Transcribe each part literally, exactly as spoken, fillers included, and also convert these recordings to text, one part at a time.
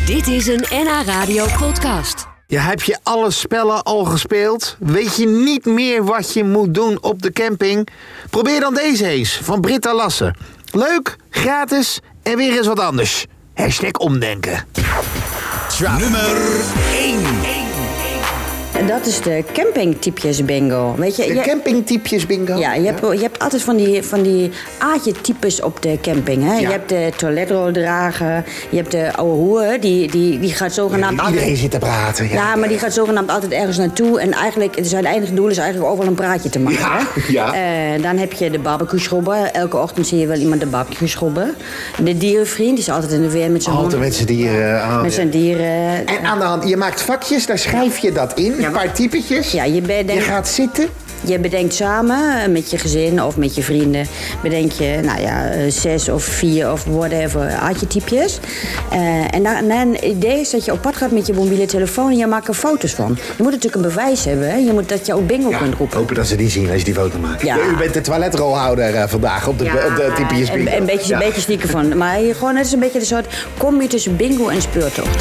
Dit is een N H Radio podcast. Ja, heb je alle spellen al gespeeld? Weet je niet meer wat je moet doen op de camping? Probeer dan deze eens, van Britta Lassen. Leuk, gratis en weer eens wat anders. Hashtag omdenken. Nummer één. En dat is de campingtypjes bingo. Weet je, De je, campingtypjes bingo? ja, je, Hebt, je hebt altijd van die, van die aatje-types op de camping. Hè? Ja. Je hebt de toiletroldrager, je hebt de oude hoer, die, die, die gaat zogenaamd... Iedereen altijd, zit te praten. Ja, ja, maar die gaat zogenaamd altijd ergens naartoe. En eigenlijk, zijn eindige doel is eigenlijk overal een praatje te maken. Ja, hè? ja. Eh, dan heb je de barbecue-schrobber. Elke ochtend zie je wel iemand de barbecue schrobben. De dierenvriend, die is altijd in de weer met zijn Altijd hond. met zijn dieren. Oh, Met ja. zijn dieren. En aan de hand, je maakt vakjes, daar schrijf je dat in. Een paar typetjes. Ja, je bedenkt, Je gaat zitten. je bedenkt samen met je gezin of met je vrienden, bedenk je, nou ja, eh, zes of vier of whatever archetypjes. Uh, en dan, en dan het idee is dat je op pad gaat met je mobiele telefoon en je maakt er foto's van. Je moet natuurlijk een bewijs hebben, hè? Je moet dat je ook bingo kunt roepen. Hopen dat ze die zien als je die foto maakt. Ja. U bent de toiletrolhouder uh, vandaag op de, Ja, op de typetjes bingo. Een, een beetje, Ja. een beetje stiekem van. Maar je, gewoon, het is een beetje een soort combi tussen bingo en speurtocht.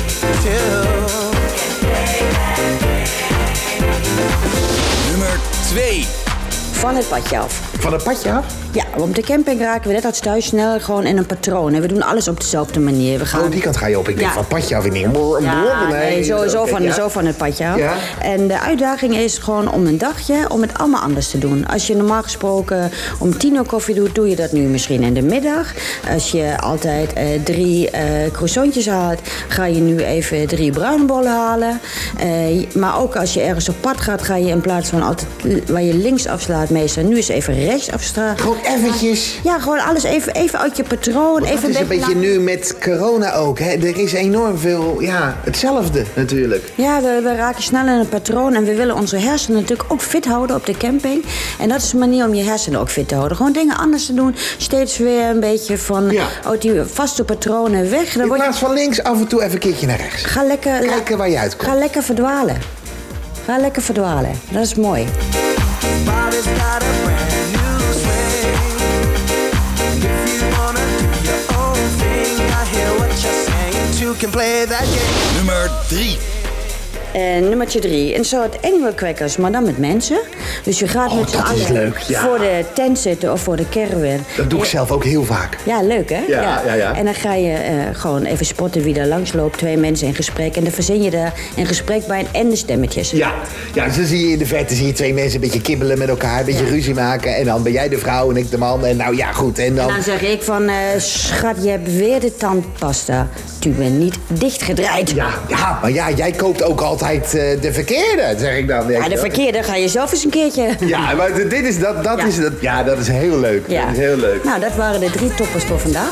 Nummer twee. Van het padje af. Van het padje af? Ja, op de camping raken we net als thuis snel gewoon in een patroon. En we doen alles op dezelfde manier. We gaan... Oh, die kant ga je op. Ik denk Ja. van het padje af. Ik denk, brrr, Ja, brrr, nee, zo, zo, oké, van, ja. zo van het padje af. Ja. En de uitdaging is gewoon om een dagje om het allemaal anders te doen. Als je normaal gesproken om tien uur koffie doet, doe je dat nu misschien in de middag. Als je altijd eh, drie eh, croissantjes haalt, ga je nu even drie bruine bollen halen. Eh, maar ook als je ergens op pad gaat, ga je in plaats van altijd waar je links afslaat meestal, nu eens even rechts afslaan. Gewoon eventjes. Ja, gewoon alles even, even uit je patroon. Dat Even is een beetje na- nu met corona ook. Hè? Er is enorm veel, ja, hetzelfde natuurlijk. Ja, we, we raken snel in een patroon en we willen onze hersenen natuurlijk ook fit houden op de camping. En dat is een manier om je hersenen ook fit te houden. Gewoon dingen anders te doen. Steeds weer een beetje van Ja. uit die vaste patronen weg. Dan In word je, plaats van links af en toe even een keertje naar rechts. ga lekker, Kijken waar je uitkomt. Ga lekker verdwalen. Ga lekker verdwalen. Dat is mooi. Body's got a brand new swing. And if you wanna do your own thing, I hear what you're saying. Two can play that game. Nummer drie. En nummertje drie, een soort animal crackers, maar dan met mensen. Dus je gaat Oh, met z'n dat is allen leuk, ja. voor de tent zitten of voor de caravan. Dat doe ik zelf ook heel vaak. Ja, leuk hè? Ja, ja, ja. En dan ga je eh, gewoon even spotten wie daar langs loopt. Twee mensen in gesprek. En dan verzin je daar een gesprek bij en de stemmetjes. Ja, ja, dus dan zie je in de verte zie je twee mensen een beetje kibbelen met elkaar, een beetje Ja. ruzie maken. En dan ben jij de vrouw en ik de man. En nou ja, goed. En dan... En dan zeg ik van, eh, schat, je hebt weer de tandpasta tube niet dichtgedraaid. Ja, ja, maar ja, jij koopt ook altijd eh, de verkeerde, zeg ik dan. Ja, de verkeerde ga je zelf eens een keertje. Ja, maar dit is, dat, dat Ja. is, dat, ja, dat is heel leuk. Ja. Dat is heel leuk. Nou, dat waren de drie toppers voor vandaag.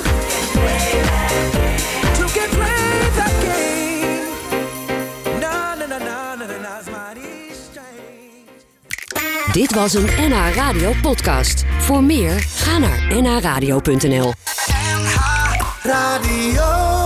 Two can play that game. Na na na na na na na is mighty strange. Dit was een N H Radio podcast. Voor meer, ga naar n h radio punt n l. Radio.